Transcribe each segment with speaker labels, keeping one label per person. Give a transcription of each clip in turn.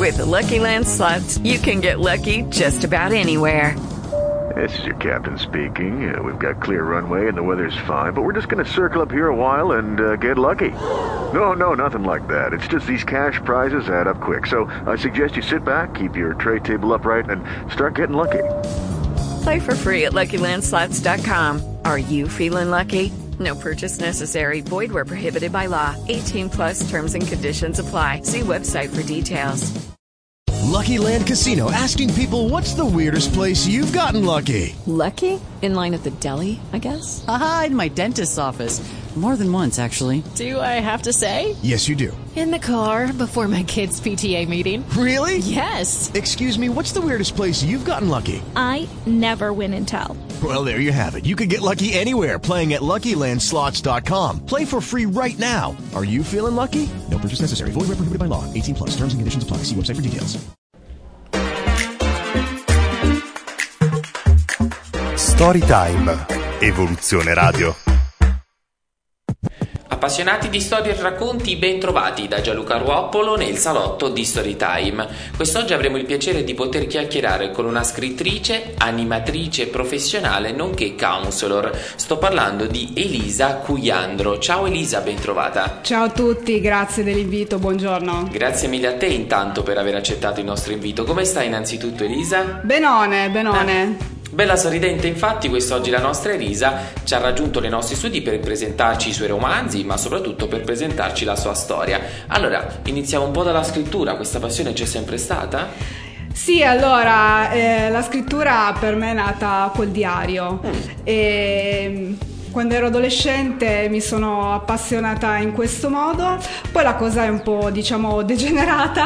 Speaker 1: With the Lucky Land Slots, you can get lucky just about anywhere.
Speaker 2: This is your captain speaking. We've got clear runway and the weather's fine, but we're just going to circle up here a while and get lucky. No, nothing like that. It's just these cash prizes add up quick. So I suggest you sit back, keep your tray table upright, and start getting lucky.
Speaker 1: Play for free at LuckyLandSlots.com. Are you feeling lucky? No purchase necessary. Void where prohibited by law. 18 plus terms and conditions apply. See website for details.
Speaker 3: Lucky Land Casino, asking people, what's the weirdest place you've gotten lucky?
Speaker 4: Lucky? In line at the deli, I guess?
Speaker 5: Aha, in my dentist's office. More than once, actually.
Speaker 4: Do I have to say?
Speaker 3: Yes, you do.
Speaker 4: In the car before my kids' PTA meeting.
Speaker 3: Really?
Speaker 4: Yes.
Speaker 3: Excuse me, what's the weirdest place you've gotten lucky?
Speaker 6: I never win and tell.
Speaker 3: Well, there you have it. You can get lucky anywhere, playing at LuckyLandSlots.com. Play for free right now. Are you feeling lucky? No purchase necessary. Void where prohibited by law. 18 plus. Terms and conditions apply. See website for details.
Speaker 7: Storytime. Evoluzione Radio.
Speaker 8: Appassionati di storie e racconti, ben trovati da Gianluca Ruoppolo nel salotto di Storytime. Quest'oggi avremo il piacere di poter chiacchierare con una scrittrice, animatrice professionale nonché counselor. Sto parlando di Elisa Cugliandro. Ciao Elisa, ben trovata.
Speaker 9: Ciao a tutti, grazie dell'invito, buongiorno.
Speaker 8: Grazie mille a te intanto per aver accettato il nostro invito. Come stai innanzitutto Elisa?
Speaker 9: Benone.
Speaker 8: Bella sorridente, infatti quest'oggi la nostra Elisa ci ha raggiunto nei nostri studi per presentarci i suoi romanzi, ma soprattutto per presentarci la sua storia. Allora, iniziamo un po' dalla scrittura, questa passione c'è sempre stata?
Speaker 9: Sì, allora, la scrittura per me è nata col diario. Quando ero adolescente mi sono appassionata in questo modo, poi la cosa è un po', degenerata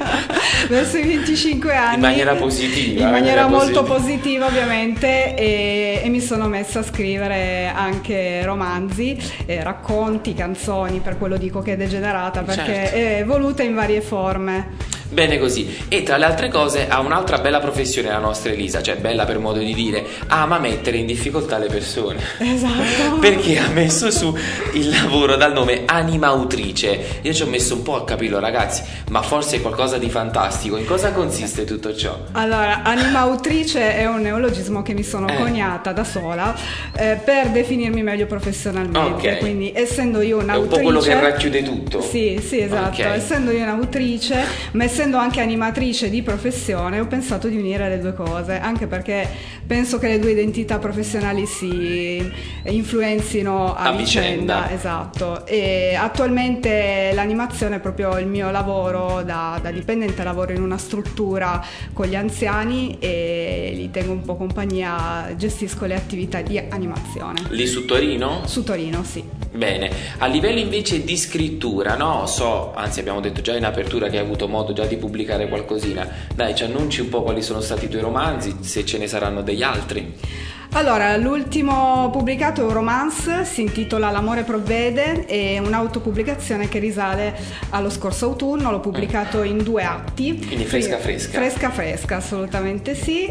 Speaker 9: verso i 25 anni.
Speaker 8: In maniera positiva.
Speaker 9: In maniera molto positiva ovviamente, e mi sono messa a scrivere anche romanzi, racconti, canzoni, per quello dico che è degenerata, perché è evoluta in varie forme.
Speaker 8: Bene così. E tra le altre cose ha un'altra bella professione la nostra Elisa, cioè bella per modo di dire, ama mettere in difficoltà le persone.
Speaker 9: Esatto.
Speaker 8: Perché ha messo su il lavoro dal nome animautrice. Io ci ho messo un po' a capirlo ragazzi, ma forse è qualcosa di fantastico. In cosa consiste tutto ciò?
Speaker 9: Allora, animautrice è un neologismo che mi sono coniata da sola per definirmi meglio professionalmente.
Speaker 8: Okay.
Speaker 9: Quindi essendo io un'autrice,
Speaker 8: è un po' quello che racchiude tutto.
Speaker 9: Sì, esatto.
Speaker 8: Okay.
Speaker 9: Essendo io un'autrice, ma essendo anche animatrice di professione, ho pensato di unire le due cose, anche perché penso che le due identità professionali si influenzino a vicenda. Esatto. E attualmente l'animazione è proprio il mio lavoro da dipendente, lavoro in una struttura con gli anziani e li tengo un po' compagnia, gestisco le attività di animazione.
Speaker 8: Lì su Torino?
Speaker 9: Su Torino, sì.
Speaker 8: Bene, a livello invece di scrittura, no? Anzi abbiamo detto già in apertura che hai avuto modo già di pubblicare qualcosina. Dai, ci annunci un po' quali sono stati i tuoi romanzi, se ce ne saranno degli altri.
Speaker 9: Allora, l'ultimo pubblicato è un romance, si intitola L'amore provvede, è un'autopubblicazione che risale allo scorso autunno, l'ho pubblicato in 2 atti.
Speaker 8: Quindi fresca.
Speaker 9: Fresca, assolutamente sì.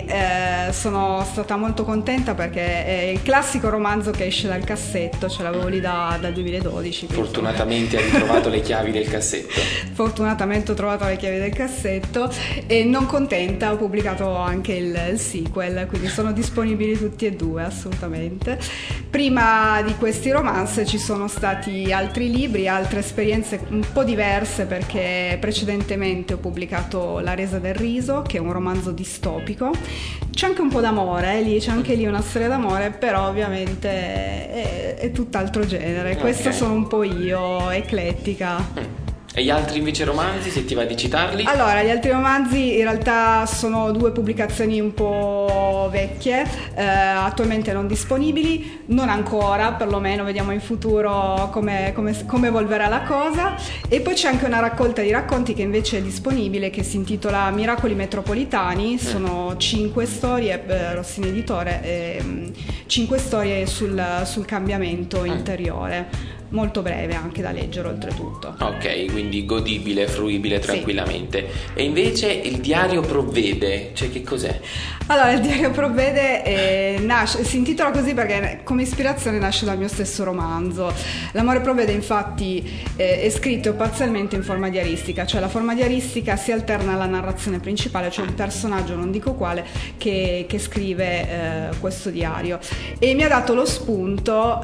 Speaker 9: Sono stata molto contenta perché è il classico romanzo che esce dal cassetto, ce l'avevo lì dal 2012.
Speaker 8: Fortunatamente hai ritrovato le chiavi del cassetto.
Speaker 9: Fortunatamente ho trovato le chiavi del cassetto e non contenta, ho pubblicato anche il sequel, quindi sono disponibili tutti e 2 assolutamente. Prima di questi romance ci sono stati altri libri, altre esperienze un po' diverse, perché precedentemente ho pubblicato La resa del riso, che è un romanzo distopico. C'è anche un po' d'amore, c'è anche lì una storia d'amore, però ovviamente è tutt'altro genere.
Speaker 8: Okay.
Speaker 9: Questa sono un po' io, eclettica.
Speaker 8: E gli altri invece romanzi, se ti va di citarli?
Speaker 9: Allora, gli altri romanzi in realtà sono 2 pubblicazioni un po' vecchie, attualmente non disponibili, non ancora, perlomeno vediamo in futuro come evolverà la cosa. E poi c'è anche una raccolta di racconti che invece è disponibile, che si intitola Miracoli metropolitani, sono 5 storie, Rossini Editore, 5 storie sul cambiamento interiore. molto breve anche da leggere oltretutto.
Speaker 8: Ok, quindi godibile, fruibile tranquillamente. Sì. E invece il diario provvede, cioè che cos'è?
Speaker 9: Allora, il diario provvede si intitola così perché come ispirazione nasce dal mio stesso romanzo. L'amore provvede infatti è scritto parzialmente in forma diaristica, cioè la forma diaristica si alterna alla narrazione principale, cioè un personaggio, non dico quale, che scrive questo diario, e mi ha dato lo spunto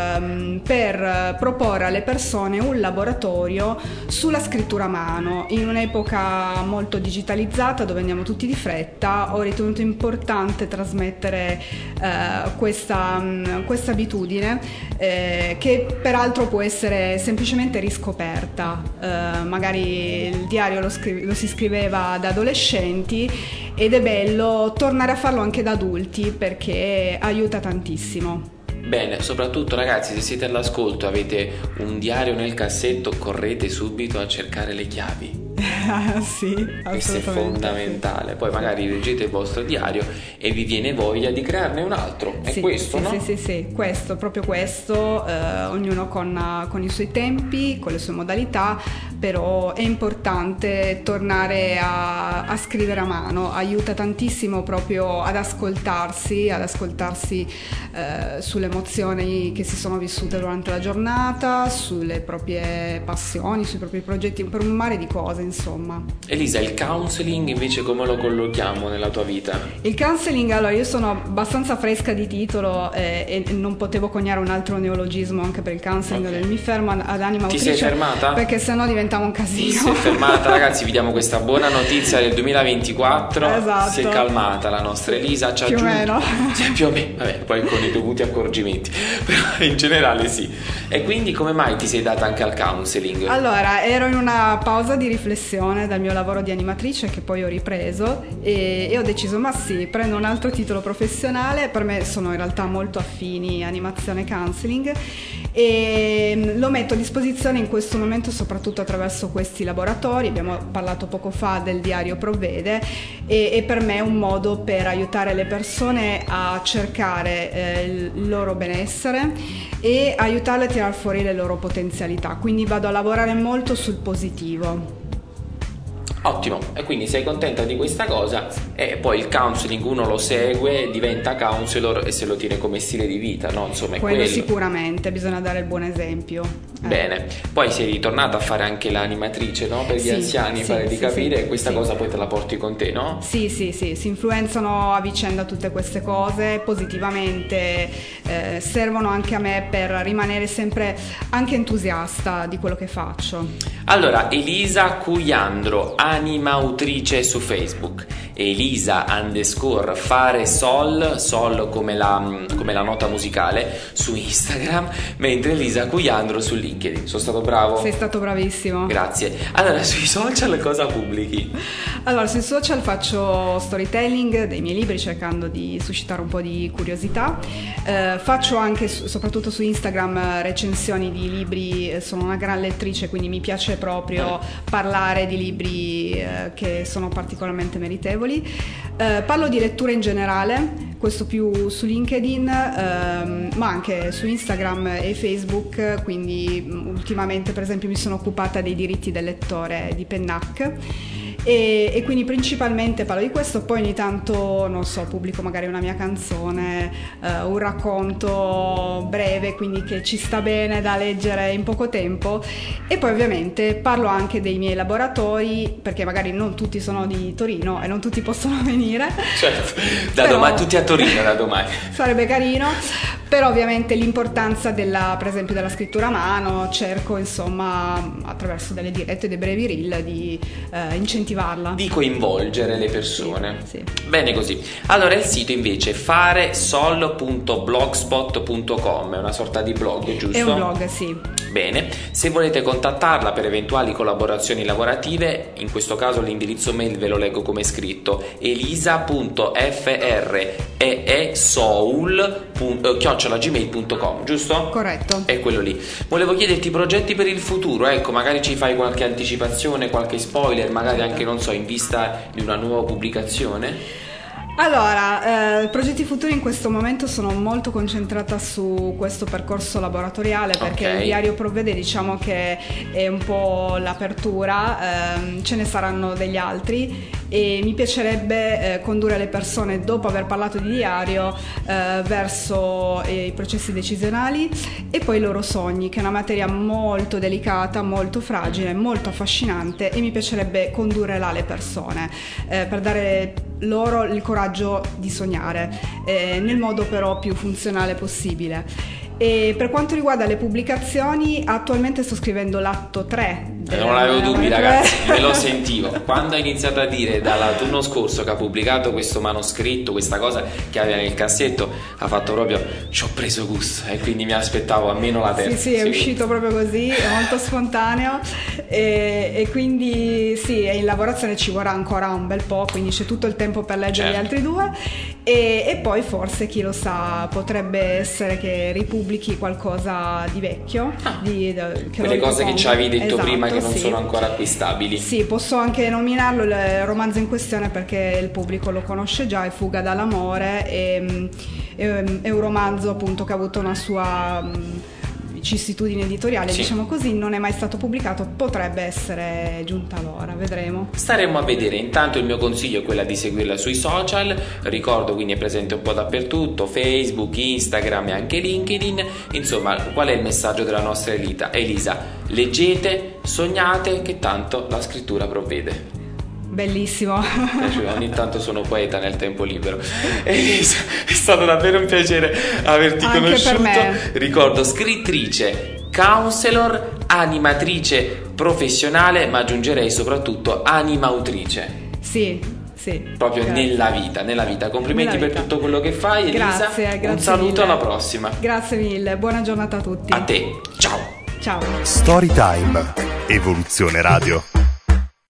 Speaker 9: per proporre alle persone un laboratorio sulla scrittura a mano. In un'epoca molto digitalizzata dove andiamo tutti di fretta, ho ritenuto importante trasmettere questa abitudine che peraltro può essere semplicemente riscoperta. Magari il diario lo si scriveva da adolescenti ed è bello tornare a farlo anche da adulti perché aiuta tantissimo.
Speaker 8: Bene, soprattutto ragazzi, se siete all'ascolto, avete un diario nel cassetto, correte subito a cercare le chiavi.
Speaker 9: Sì,
Speaker 8: questo è fondamentale. Poi magari leggete il vostro diario e vi viene voglia di crearne un altro. È questo, no?
Speaker 9: Sì, questo, proprio questo, ognuno con i suoi tempi, con le sue modalità, però è importante tornare a scrivere a mano, aiuta tantissimo proprio ad ascoltarsi sulle emozioni che si sono vissute durante la giornata, sulle proprie passioni, sui propri progetti, per un mare di cose, insomma.
Speaker 8: Elisa, il counseling invece come lo collochiamo nella tua vita?
Speaker 9: Il counseling, allora, io sono abbastanza fresca di titolo e non potevo coniare un altro neologismo anche per il counseling, okay. Mi fermo ad anima autrice.
Speaker 8: Ti sei fermata?
Speaker 9: Perché sennò diventava un casino.
Speaker 8: Si è fermata, ragazzi, vi diamo questa buona notizia del 2024.
Speaker 9: Esatto.
Speaker 8: Si è calmata la nostra Elisa, ci ha
Speaker 9: più
Speaker 8: aggiunto.
Speaker 9: O meno.
Speaker 8: Sì, più o meno, vabbè, poi con i dovuti accorgimenti, però in generale sì. E quindi come mai ti sei data anche al counseling?
Speaker 9: Allora, ero in una pausa di riflessione dal mio lavoro di animatrice che poi ho ripreso e ho deciso, ma sì, prendo un altro titolo professionale. Per me sono in realtà molto affini animazione e counseling e lo metto a disposizione in questo momento soprattutto attraverso questi laboratori. Abbiamo parlato poco fa del diario Provvede e per me è un modo per aiutare le persone a cercare il loro benessere e aiutarle a tirar fuori le loro potenzialità, quindi vado a lavorare molto sul positivo.
Speaker 8: Ottimo, e quindi sei contenta di questa cosa e poi il counseling uno lo segue, diventa counselor e se lo tiene come stile di vita, no? Insomma è quello.
Speaker 9: Sicuramente, bisogna dare il buon esempio.
Speaker 8: Bene, poi sei ritornata a fare anche l'animatrice, no? Per gli anziani, pare di capire, e questa cosa poi te la porti con te, no?
Speaker 9: Sì, si influenzano a vicenda tutte queste cose positivamente, servono anche a me per rimanere sempre anche entusiasta di quello che faccio.
Speaker 8: Allora, Elisa Cuiandro, animautrice su Facebook, Elisa_fare sol come la nota musicale su Instagram, mentre Elisa Cuiandro su LinkedIn. Sono stato bravo?
Speaker 9: Sei stato bravissimo.
Speaker 8: Grazie. Allora, sui social cosa pubblichi?
Speaker 9: Allora, sui social faccio storytelling dei miei libri cercando di suscitare un po' di curiosità. Faccio anche, soprattutto su Instagram, recensioni di libri. Sono una gran lettrice, quindi mi piace proprio parlare di libri che sono particolarmente meritevoli. Parlo di lettura in generale, questo più su LinkedIn, ma anche su Instagram e Facebook, quindi ultimamente per esempio mi sono occupata dei diritti del lettore di Pennac. E quindi principalmente parlo di questo, poi ogni tanto, non so, pubblico magari una mia canzone, un racconto breve, quindi che ci sta bene da leggere in poco tempo, e poi ovviamente parlo anche dei miei laboratori, perché magari non tutti sono di Torino e non tutti possono venire.
Speaker 8: Certo, domani tutti a Torino da domani.
Speaker 9: Sarebbe carino, però ovviamente l'importanza per esempio della scrittura a mano, cerco insomma attraverso delle dirette, dei brevi reel di incentivarla.
Speaker 8: Di coinvolgere le persone.
Speaker 9: Sì.
Speaker 8: Bene così. Allora il sito invece faresol.blogspot.com è una sorta di blog, giusto?
Speaker 9: È un blog, sì.
Speaker 8: Bene, se volete contattarla per eventuali collaborazioni lavorative, in questo caso l'indirizzo mail ve lo leggo come scritto: elisa.freesoul@gmail.com, giusto?
Speaker 9: Corretto.
Speaker 8: È quello lì. Volevo chiederti i progetti per il futuro, ecco, magari ci fai qualche anticipazione, qualche spoiler, magari anche, non so, in vista di una nuova pubblicazione?
Speaker 9: Allora, progetti futuri in questo momento sono molto concentrata su questo percorso laboratoriale, perché il diario provvede, diciamo che è un po' l'apertura, ce ne saranno degli altri e mi piacerebbe condurre le persone, dopo aver parlato di diario, verso i processi decisionali e poi i loro sogni, che è una materia molto delicata, molto fragile, molto affascinante, e mi piacerebbe condurre là le persone per dare loro il coraggio di sognare nel modo però più funzionale possibile. E per quanto riguarda le pubblicazioni, attualmente sto scrivendo l'atto 3.
Speaker 8: Non avevo dubbi, ragazzi, me lo sentivo. Quando ha iniziato a dire dall'autunno scorso che ha pubblicato questo manoscritto, questa cosa che aveva nel cassetto, ha fatto proprio, ci ho preso gusto, e quindi mi aspettavo almeno la terza.
Speaker 9: Sì, è uscito proprio così, è molto spontaneo, e quindi sì, in lavorazione ci vorrà ancora un bel po', quindi c'è tutto il tempo per leggere gli altri due, e poi forse, chi lo sa, potrebbe essere che ripubblichi qualcosa di vecchio,
Speaker 8: quelle cose che ci avevi detto prima, che non sono ancora acquistabili.
Speaker 9: Sì, posso anche nominarlo il romanzo in questione, perché il pubblico lo conosce già, è Fuga dall'amore, è un romanzo appunto che ha avuto una sua vicissitudine editoriale, diciamo così, non è mai stato pubblicato, potrebbe essere giunta l'ora, vedremo.
Speaker 8: Staremo a vedere. Intanto il mio consiglio è quella di seguirla sui social, ricordo, quindi è presente un po' dappertutto, Facebook, Instagram e anche LinkedIn. Insomma, qual è il messaggio della nostra Elisa? Leggete, sognate, che tanto la scrittura provvede.
Speaker 9: Bellissimo.
Speaker 8: Ogni tanto sono poeta nel tempo libero. Elisa, è stato davvero un piacere averti conosciuto. Per me. Ricordo, scrittrice, counselor, animatrice professionale, ma aggiungerei soprattutto animautrice.
Speaker 9: Sì.
Speaker 8: Proprio nella vita. Complimenti per tutto quello che fai, Elisa.
Speaker 9: Grazie
Speaker 8: un saluto
Speaker 9: mille.
Speaker 8: Alla prossima.
Speaker 9: Grazie mille, buona giornata a tutti.
Speaker 8: A te, ciao.
Speaker 7: Storytime, Evoluzione Radio.